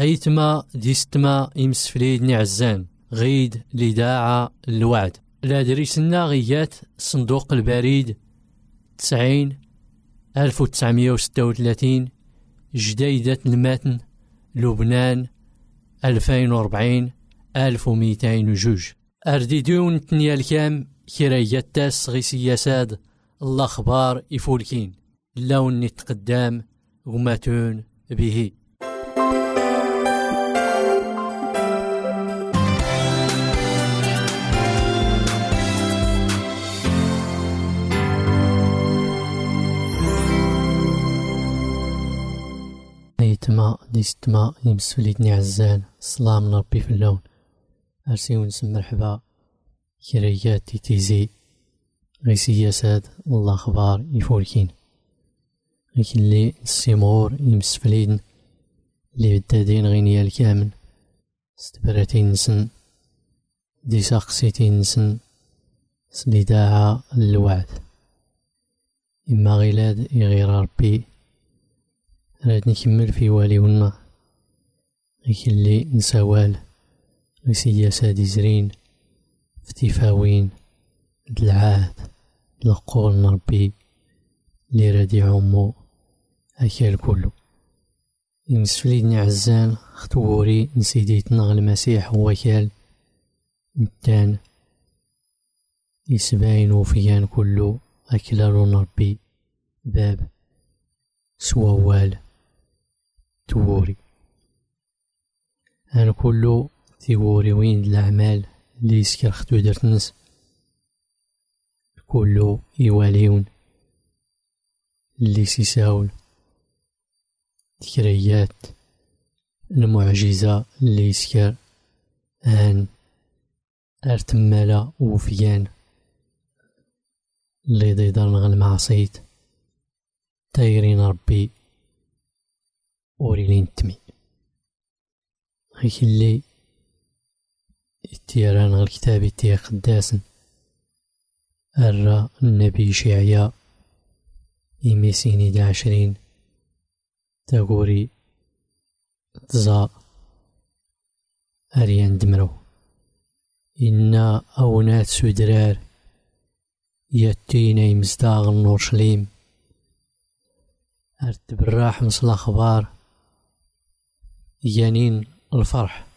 غيتما ديستما يمسفليد نعزان غيد لداعة الوعد لا دريسنا غيات صندوق البريد 90-1936 جديدة المتن لبنان 2040-1202 أرديدون تنيا الكام كرايات تاس غي سياساد الأخبار يفولكين اللون نتقدام غماتون به ايتما ديستما يمسفليتني عزان سلام ربي في اللون أرسي ونسم مرحبا كريات تيزي غي سياسات الله أخبار يفولكين غيك اللي السيمور يمسفلين اللي بدادين غينيا الكامل ستبراتين نسن دي ساقسيتين نسن سليداعة الوعد إما غيلاد يغير ربي راد نكمل في واليونا غيك اللي نسوال غي سياسات زرين فتيفاوين دلعاد لقول نربي اللي رادي عمو أكل كله يمسفليدني عزان خطوري نسيديتنا المسيح هو كال نتان يسباين وفيان كله أكلالو نربي باب سووال توري أنا كله تيوري وين الأعمال اللي يسكر خطو درتنس كله يواليون اللي سيساول تكريات المعجزة اللي يسكر أن أرتمالا وفيان اللي ضيدار نغل معصيت تايرين ربي وريلين تمي هيك اللي التيران غير كتابي تي قداسن أرى النبي شيعيا يميسيني 20 تاقوري تزا أريان دمرو إنا أونات سودرار ياتينا يمزداغ النورشليم أرتب الراح مصل أخبار يانين الفرح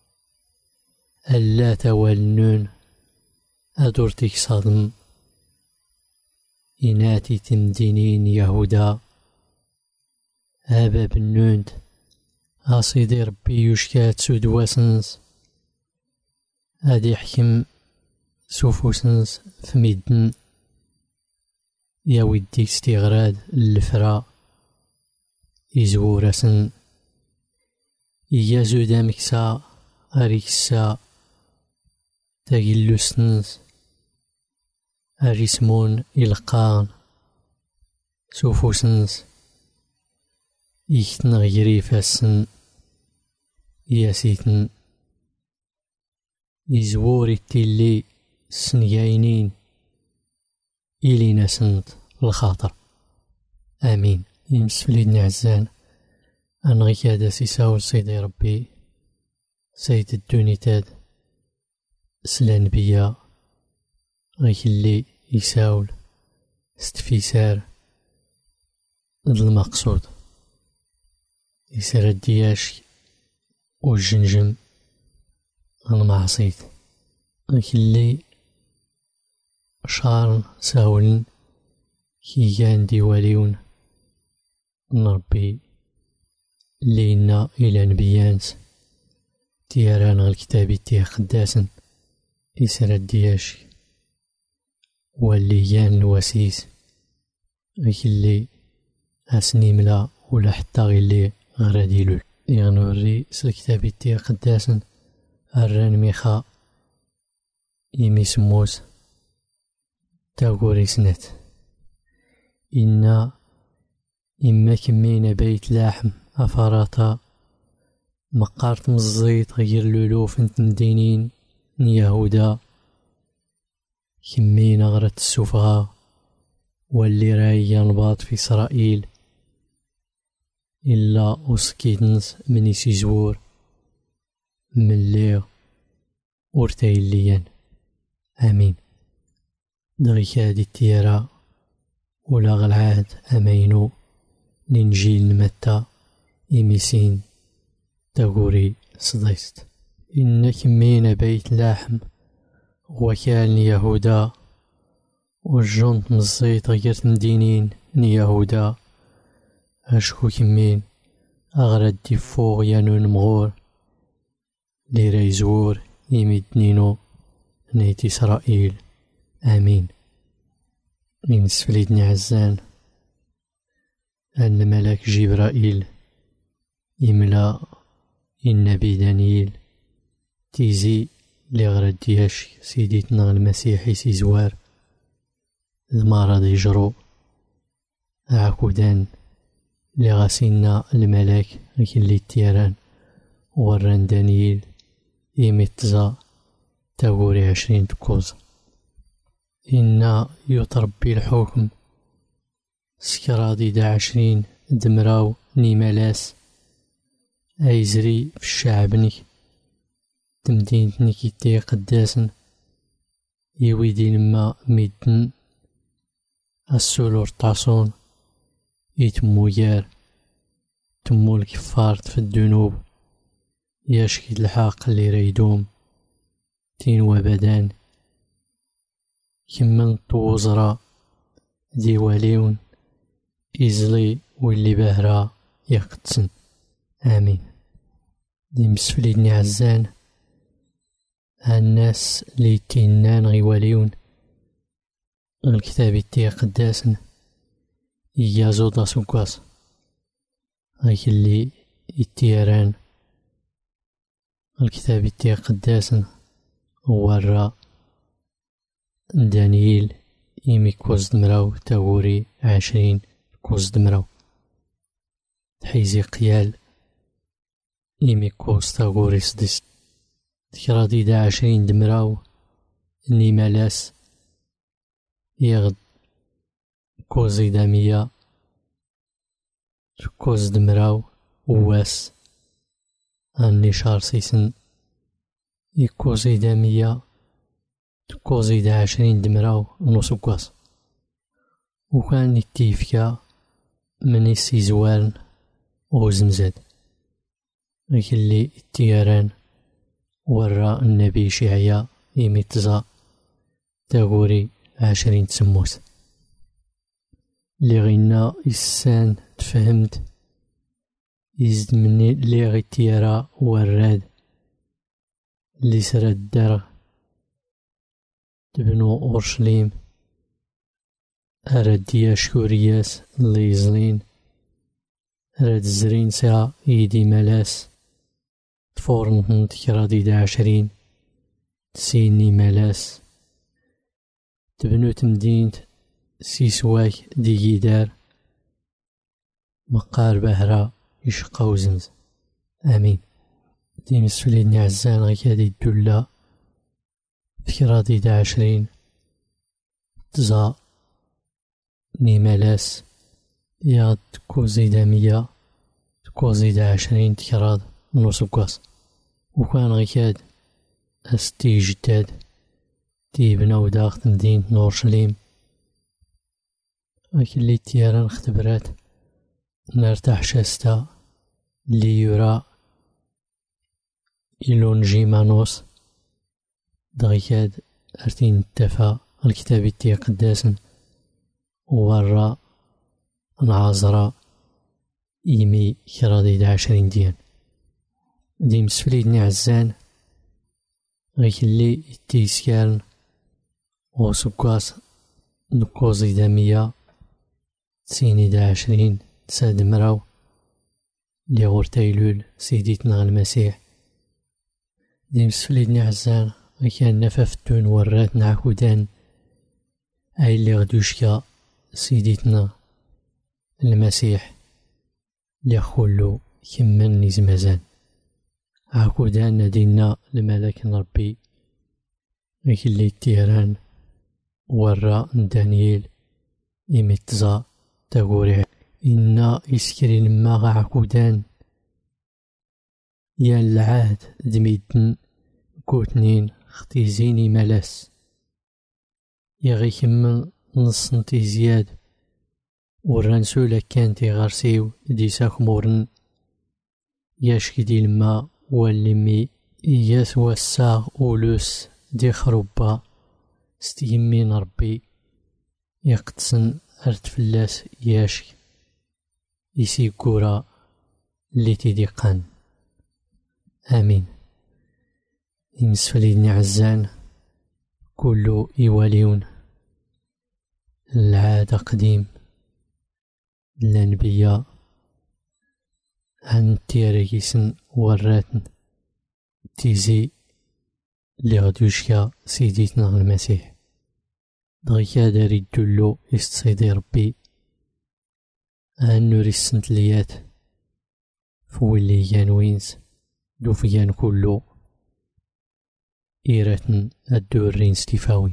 ألا توالنون أدورتك صدم إناتي تمدينين يهودا هابا بنوند أصيدي ربي يشكات سودواسنس هادي حكم سوفوسنس فميدن يا ودي استغراد اللفرا يزورسن إيا زودا مكسا أريكسا تاقلوسنس أريسمون إلقان سوفوسنس إيكتن غيري فاسن ياسيتن يزوري التيلي سنياينين إلي ناسنت الخاطر آمين يمسفليدني عزان أنغي كادا سيساول سيدي ربي سيد الدونيتاد سلان بيا غيك اللي يساول استفيسار المقصود يسار الدياش والجنجم المعصيت غيك اللي شارن ساولن كيان ديواليون نربي لينا إلى نبيانس تيران الكتابي تيه قداسن يسرى الدياش والليان الوسيس غيك اللي أسني ملا ولا حتى غيلي غراديلول يغنوري سالكتابي تيه قداسن الران ميخا يمي سموس تاغوري سنت إنا إما كمينا بيت لاحم أفراطا مقارت مزيت غير لولوف نتندينين يهودا كمينا غرت السفغا واللي راهي ينباط في إسرائيل إلا أسكيدنس مني سيزور من ليغ ورتايليان. آمين. دغيك هادي التيارة ولا غالعاد أمينو لإنجيل نمتا إميسين تاغوري صديست. إنك مين بيت لاحم وكال يهودا والجنط مزيط غير مدينين يهودا أشكو كمين أغرد دي فوق يانون مغور لي ريزور يمدنينو نيت إسرائيل. آمين. من سفليدني عزان أن ملك جبرائيل يملا النبي دانييل تيزي لغرد دياش سيديتنا المسيحي سيزوار المرض يجرو عكودان لغاسينا الملاك اللي تيران وران دانييل يمتزا تاغوري 20 تكوز. إنا يتربي الحكم سكرادي 20 دمراو نيمالاس أيزري في الشعبني تمدينتني كيتي قداسن يويدي لما ميدن السولور طاسون يتمويار تمو الكفارت في الذنوب يشكي الحاق اللي ريدوم تين وبدان كمن طوزرا ديواليون إزلي واللي بهرا يقتسن. آمين. دي مسفليدني عزان الناس اللي تينان غيواليون الكتاب يتي قداسن يجازو دا سوكاس غيك اللي يتيران الكتاب يتي قداسن ورا دانييل إيمي كوز دمراو تاغوري 20 كوز دمراو تحيزي قيال إيمي كوز تاغوري سدس تكرادي 20 دمراو نيمالاس يغد كوزي دامية كوز دمراو واس النشار سيسن يكوزي دامية كوزي 20 دمراو نص كواس. وكان يتيفكا من السيزوان وزمزاد غيك اللي التياران ورا النبي شعيا يمتزا تاغوري 20 تسموس لي غينا إسان تفهمت يزد مني لي غي التيارا وراد لي سرى الدرغ تبنو أورشليم أراد ديا شكورياس اللي يزلين راد الزرين سا يدي ملاس تفورن تكرادي 20 تسيني ملاس تبنو تمدينت سيسواك دي جيدار مقار بهرا يشقا وزمز. آمين. دي مسفليني عزان غيك هادي الدولة تكرادي 20 تزا نيمالاس يغد كوزي دامية كوزي 20 تكراد نص كواس. وكان غيكاد أستي جداد تيبناو داخل مدينة أورشليم لكن اللي تياران اختبرات نرتاح شاستا اللي يرى إلونجي مانوس دغيكاد أرتين التفا الكتاب يتي قداسن ورا نعازرا إيمي كرادي 20 ديان. دي مسفليدني عزان غيك اللي يتي سكالن وسكواس نكوزي دامية تسيني 20 تساد مراو لي غورتايلول سيديتنا المسيح. دي مسفليدني عزان غيكان نفافتون ورات نعكودان أي اللي غدوشكا سيديتنا المسيح لي خلو كمن نزمازان عكودان نادينا الملك ربي غيك اللي تيران ورا دانييل يمتزا تاغوري إنا إسكري لما غعكودان يا العهد دميدن كوتنين ختيزيني ملاس يغي كمل نصنتي زياد ورانسولة كانتي غارسيو ديساك مورن ياشكي دي الماء واللمي إياس والساغ أولوس دي خربا ستيمين ربي يقتسن أرتفلاس ياشي يسي كورا اللي تيديقان آمين. يمسفليدني عزان كلو إيواليون العادة قديم الأنبياء عن تيريسن وراتن تيزي اللي غدوشكا سيديتنا المسيح دغيكا داري الدلو يستصيدي ربي أنو ريسن تليات فولي يانوينز دوفيان كلو إيراتن الدورين ستيفاوين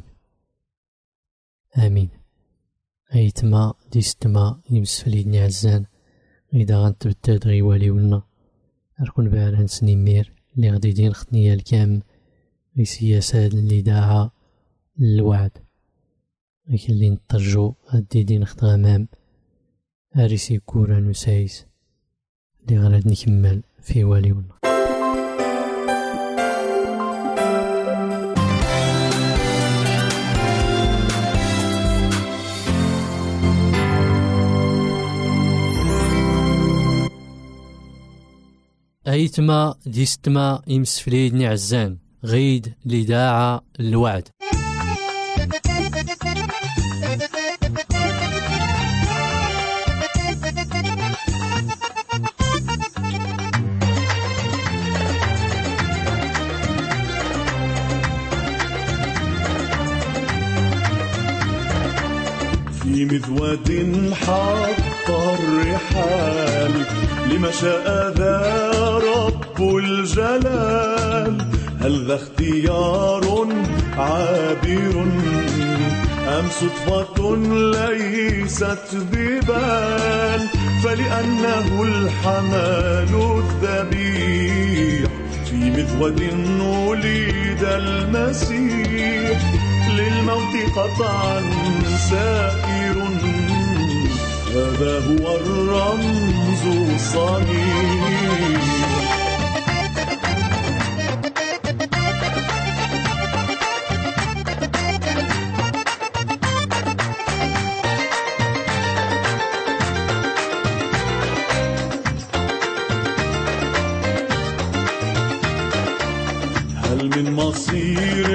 آمين. أيتما ديستما يمسفليدني عزان إذا غنتبداد غيواليولنا أركون باران سنيمير اللي غدي دين ختنيا الكام غي سياسات اللي داعا الوعد غيك اللي نترجو غدي دين خت غمام أريسي كورا نسايس اللي غراد نكمل في واليولنا. أيتما ديستما يمسفليدني عزان غيد لداعة الوعد. في مذود حط الرحال لما شاء ذا رب الجلال هل ذا اختيار عابر أم صدفة ليست ببال فلأنه الحمال الذبيح في مذود ولد المسيح للموت قطعا سائر هذا هو الرمز الصحيح. هل من مصير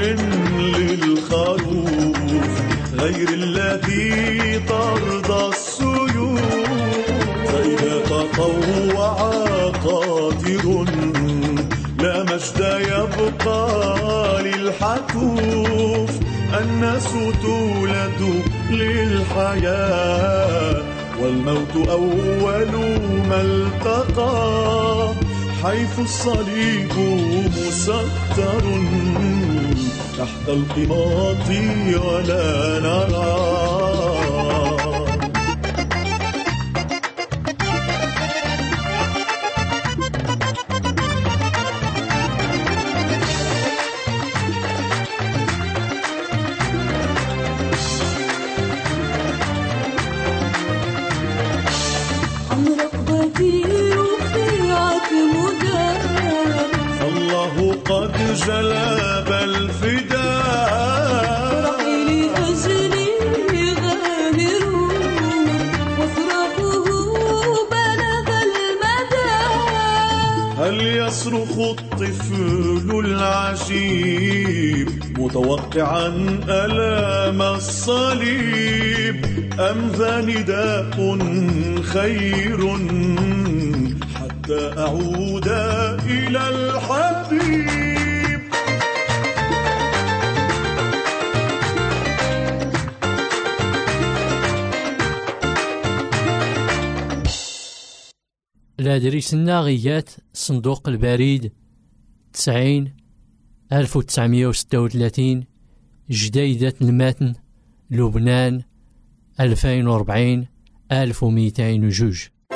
للخروف غير الذي طرد السيوف فإذا تطوع قادر لا مجد يبقى للحتوف الناس تولد للحياة والموت أول ما التقى حيث الصليب مسطر تحت القماط ولا نرى. قد جلب الفداء رحيل أجلي غامر وفراقه بلغ المدى هل يصرخ الطفل العجيب متوقعا ألام الصليب أم ذا نداء خير حتى أعود إلى الحبيب. لادريسنا غيات صندوق البريد 90-1936 جديدة المتن لبنان 2040 1202.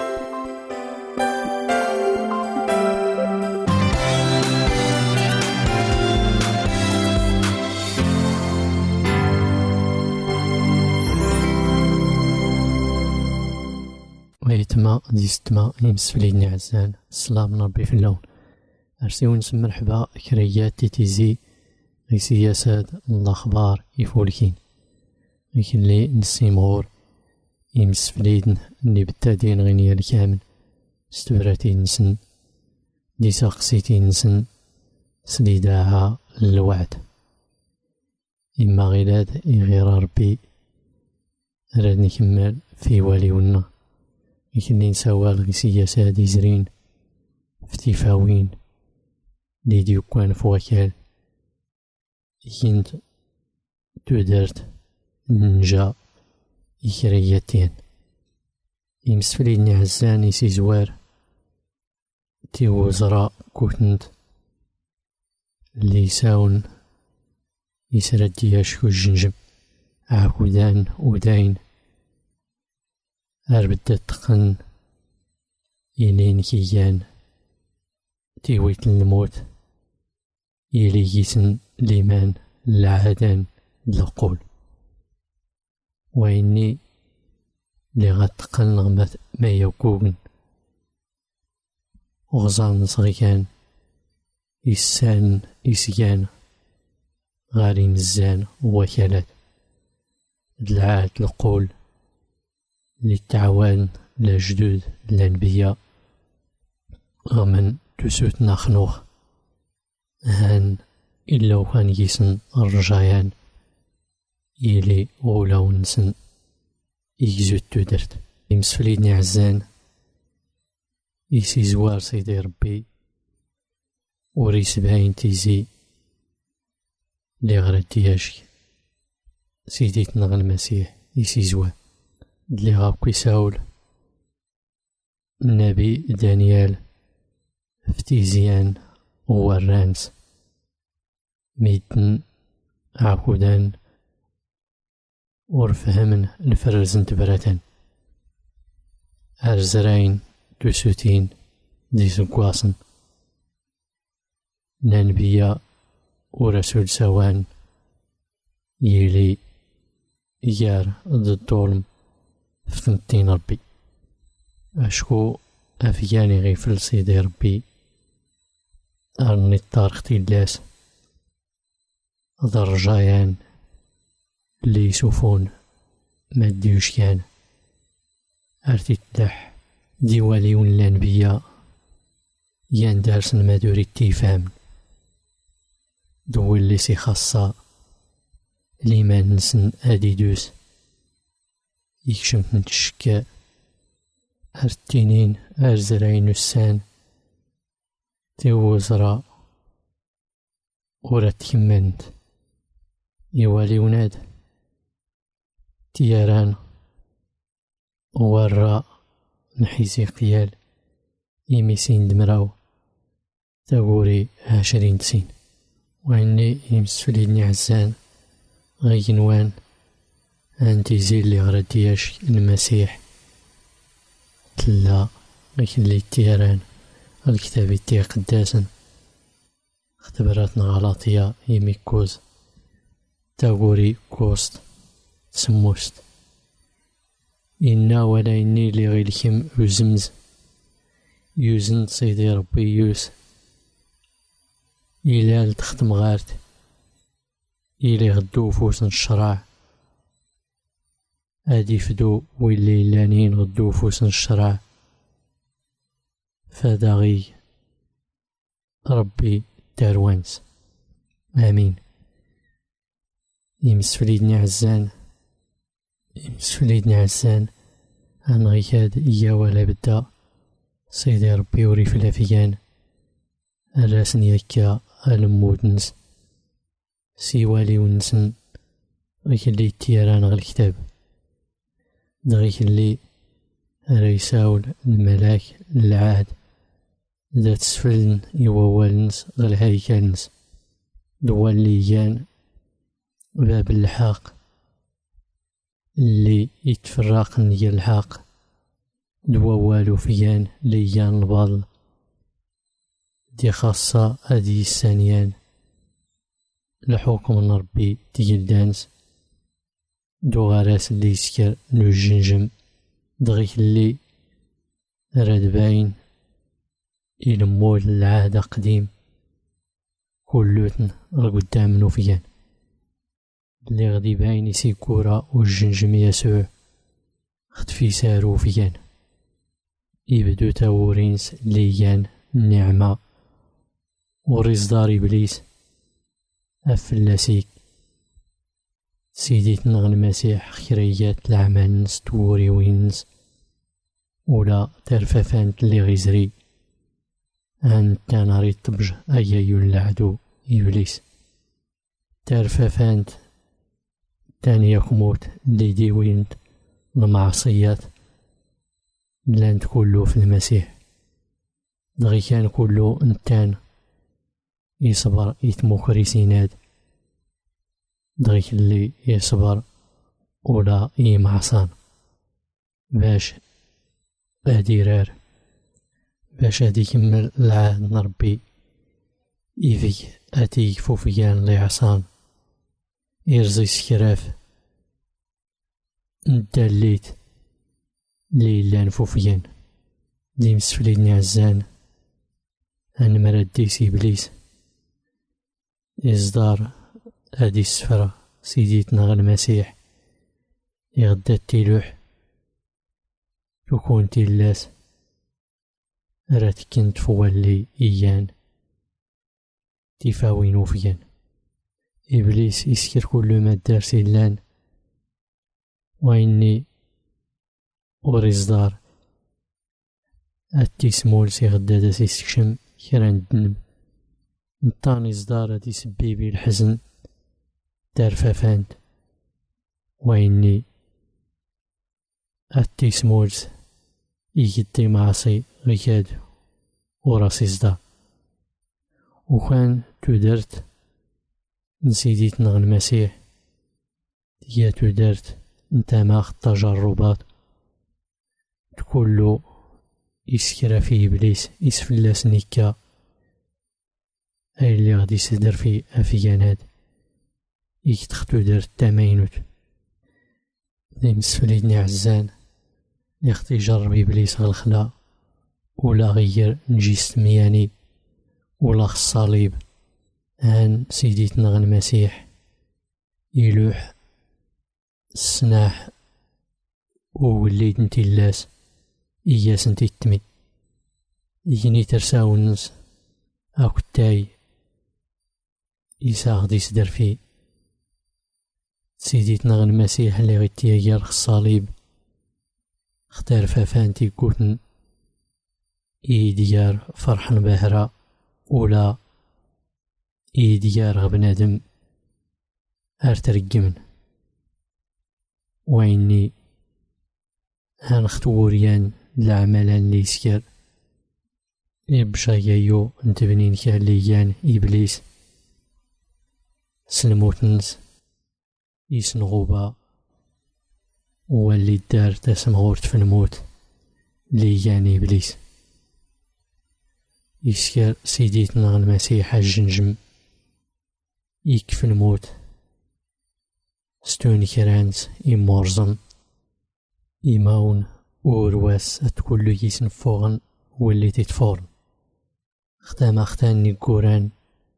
ويتما ديستما يمسفليدني عزان السلام من ربي في اللون أرسيو نسم مرحبا كريات تيتيزي غي سياسات الأخبار يفولكين لكن لي نسيمغور يمسفليدن اللي بالتادين غينيا الكامل استبراتي نسن دي ساقسيتي نسن سليداها الوعد إما غيلاد غير ربي راد نكمل في واليونا لكن لي نساوال غي سياسات يزرين فتيفاوين لي ديوكوان فوكال كنت تودرت نجا إكرياتين يمسفليدني عزان يسي زوار تي وزراء كوتنت اللي يساون يسرد دياشكو الجنجم عاودان وداين أربدت تقن إلين كيان تيويت الموت يليجيسن ليمان العادان لقول وإني لغتقن غمت ما يوكوغن غزان صغيان إسان إسيان غاري مزان وكالات العاد لقول للتعوان لجدود الأنبياء غمن تسوت نخنوخ هان إلا وكان يسن الرجايان إلي غولاو نسن إيكزوت تودرت يمسفليدني عزان يسي زوار سيدي ربي وريس باين تيزي لي غرد دياشك سيدي تنغ المسيح يسي زوار اللي غاكو يساول النبي دانيال فتيزيان ورانس ميتن عاكودان ورفهمن الفرز نتبرتن أرزرين تسوتين دي سقواسن ننبيا ورسول سوان يلي يار ضد الظلم فتنتين ربي أشكو أفياني غيفل سيدي ربي أرني الطارخ تيلاس ضرجايان اللي يسوفون ما ديوش كان أرتي تدح ديواليون الأنبياء يان دارسن ما دوري التيفام دول اللي سي خاصة لما نسن أديدوس يكشمت نتشكا أرتينين أرزراين السان تيوزرا ورا تكمنت يوالي وناد تياران ورا نحيزي قيال يميسين دمراو تاوري 20 سين وإني يمسفليدني عزان غينوان أنتي زي اللي غرد دياش المسيح تلا لكن اللي تياران الكتاب تي قداسا اختبراتنا غلاطية يميكوز تاغوري كوست سموست إنا ولا إني اللي غيلكم وزمز يوزن سيدي ربي يوس إلا تختم غارت إلي غدو فوسن الشرع أدي فدو ويلي لانين غدو فوسن الشرع فداغي ربي داروانس آمين. يمسفليدني عزان أن غيكاد إيا ولا بدا سيدي ربي وري في الافيان الراسن يكا المودنس سيوالي ونسن غيك اللي تيران غ الكتاب دغيك اللي ريساول الملاك العهد ذات سفلن يوالنس غ الهيكلنس دواليان باب الحاق اللي يتفرقن ديال الحاق دوا والو فيان ليان البال دي خاصة هادي الثانيان الحكم من ربي تيجلدانس دو غراس اللي يسكر نو الجنجم دغيك اللي راد باين يلمول العهد قديم كلوتن القدام منو فيان اللي غادي باين يسيكورا والجنجم يسوع خطفي سارو فيان يبدو تاورينس ليان النعمة ورزدار إبليس أفلاسيك سيدي تنغ المسيح خيريات العمل نس توري وينس ولا ترفافانت اللي غيزري أن تناري طبج أيايو العدو إبليس ترفافانت تاني يخموت اللي ديوينت المعصيات لانت كله في المسيح دغي كان كله انتان يصبر يتموكري سيناد دغي اللي يصبر ولا يمعصان باش اديرار باش هادي يكمل العهد ربي يفيك اتي فوفيان لي عصان يرزي سكراف نداليت ليلان فوفيان دي مسفلين عزان أن مرديس إبليس إصدار هادي السفرة سيديتنا المسيح يغدا التيلوح تكون تيلاس رات كنت فوالي إيان تفاوين وفيان إبليس يسكر كل ما دار سيلان وإني ورزدار التسمول سيغدا دا سيسكشم كران الدنب نطاني صدار هادي سبيبي الحزن دار فافانت وإني التسمولز يجدي معصي غيكاد وراسي صدار وكان تودرت نسيديت نغ المسيح تيا تودرت نتاماخ التجربات كله يسكر في إبليس يسفلاس نيكا أي اللي غادي يسدر في أفيان هاد يكتختو دار التماينوت دي مسفليدني عزان يختي جرب إبليس غالخلا ولا غير نجيس مياني ولا خصاليب هان سيديتنا المسيح يلوح السناح ووليد نتيلاس إياس نتي التمي يجني ترساونس أكو التاي إيسا غدي يسدر في سيديتنا المسيح اللي غيتياجر الصليب اختار فافانتي كوتن إيديار فرحن بهرا ولا إيديار غبنادم أرترقمن وإني هنختوريان العملان اللي يسكر بشايايو نتبنين كالليان إبليس سلموتنس يسنغوبا واللي دار تسمغورت في الموت ليان إبليس يسكر سيديتنا المسيح الجنجم يكف الموت ستوني كرانس إمورزم إيماون ورواس أتكلو يسنفوغن واللي تتفورن اختاني كوران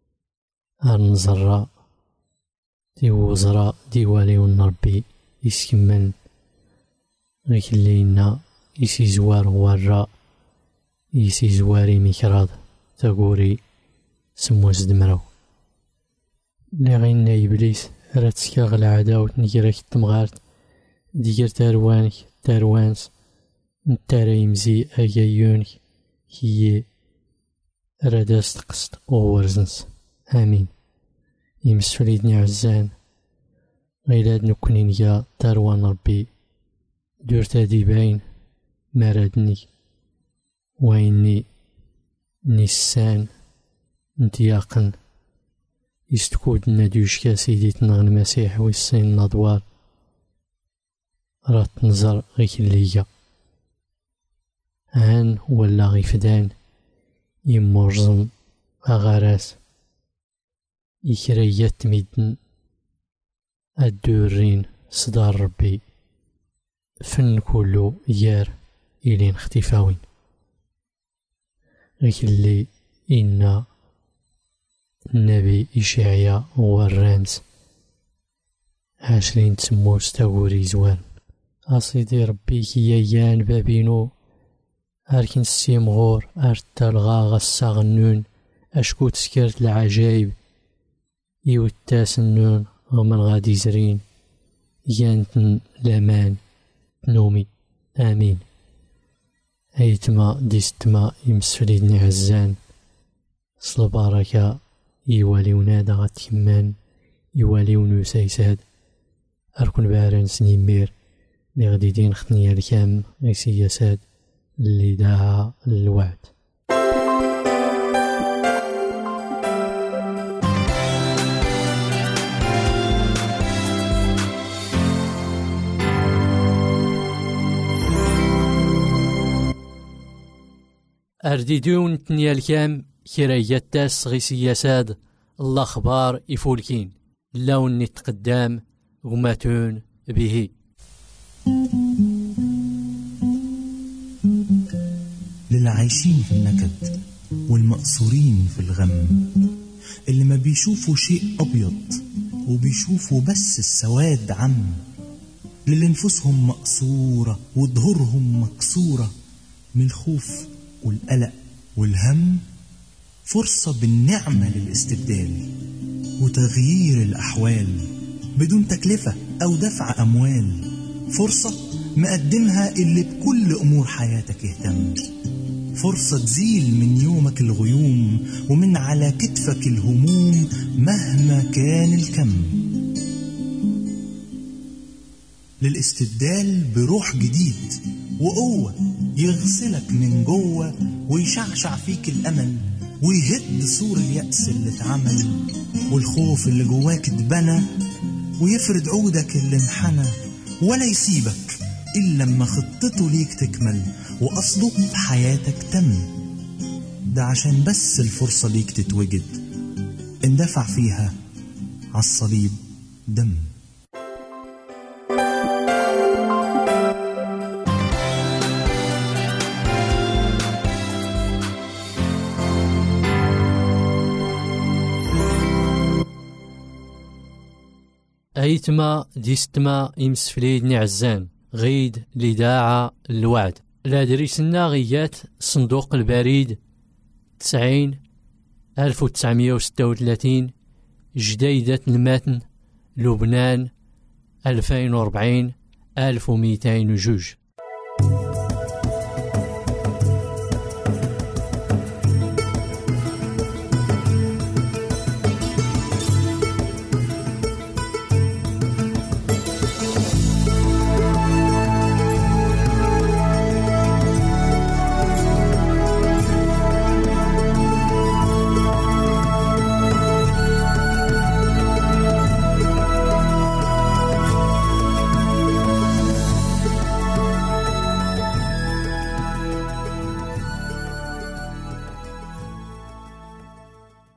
هنزرا دي وزراء ديوالي ونربي يسكمن غيك اللينا يسي زوار ورا يسي زواري ميكراض تاقوري سموز دمراو لي غينا إبليس راه تسكاغ العداوة نيراك التمغارت دير تاروانك تاروانس نتارا يمزي أجايونك هي راداس تقصد أورزنس آمين يمسفليدني عزان غيلاد نكونين يا تاروان ربي دورتا دي باين مارادني وإني نيسان نتياقن يستكود ندوشكا سيديتنا المسيح ويسين الأدوار رات نزر غيك الليا. هان ولا غيفدان يمرزم أغاراس يكريات ميدن الدورين صدار ربي فن كلو يار إلين اختفاوين غيكلي إن النبي إشعيا ورانس 20 تموز تاوري زوان أصيدي ربي كيايان بابينو أركن السيمغور أرتالغا غساغنون أشكو تسكرت العجايب يوتاس النون غمن غادي زرين يانتن لامان نومي آمين أيتما ديستما يمسفليدني عزان صل بركة يواليونا دغات كمان يواليونو سيساد أركن بارن سنيمير لي غدي دين خطنيا الكام غيسياساد اللي داعا للوعد. أرديدون تنيا الكام كرايات تاس غيسياساد الأخبار يفولكين اللون نتقدام غماتون به. للعايشين في النكد والمقصورين في الغم، اللي ما بيشوفوا شيء أبيض وبيشوفوا بس السواد عم، للي نفوسهم مقصورة وظهورهم مكسورة من الخوف والقلق والهم، فرصة بالنعمة للاستبدال وتغيير الأحوال بدون تكلفة أو دفع أموال، فرصة مقدمها اللي بكل أمور حياتك اهتم، فرصة تزيل من يومك الغيوم ومن على كتفك الهموم مهما كان الكم، للاستبدال بروح جديد وقوة يغسلك من جوه ويشعشع فيك الأمل ويهد سور اليأس اللي اتعمل والخوف اللي جواك اتبنى، ويفرد عودك اللي انحنى ولا يسيبك إلا لما خطته ليك تكمل وأصله في حياتك تم. ده عشان بس الفرصة ليك تتوجد اندفع فيها عالصليب دم. أيتما ديستما يمسفليدني عزان غيد لداعة الوعد. لا دريسنا غيات صندوق البريد 90-1936 جديدة المتن لبنان 2040-1202.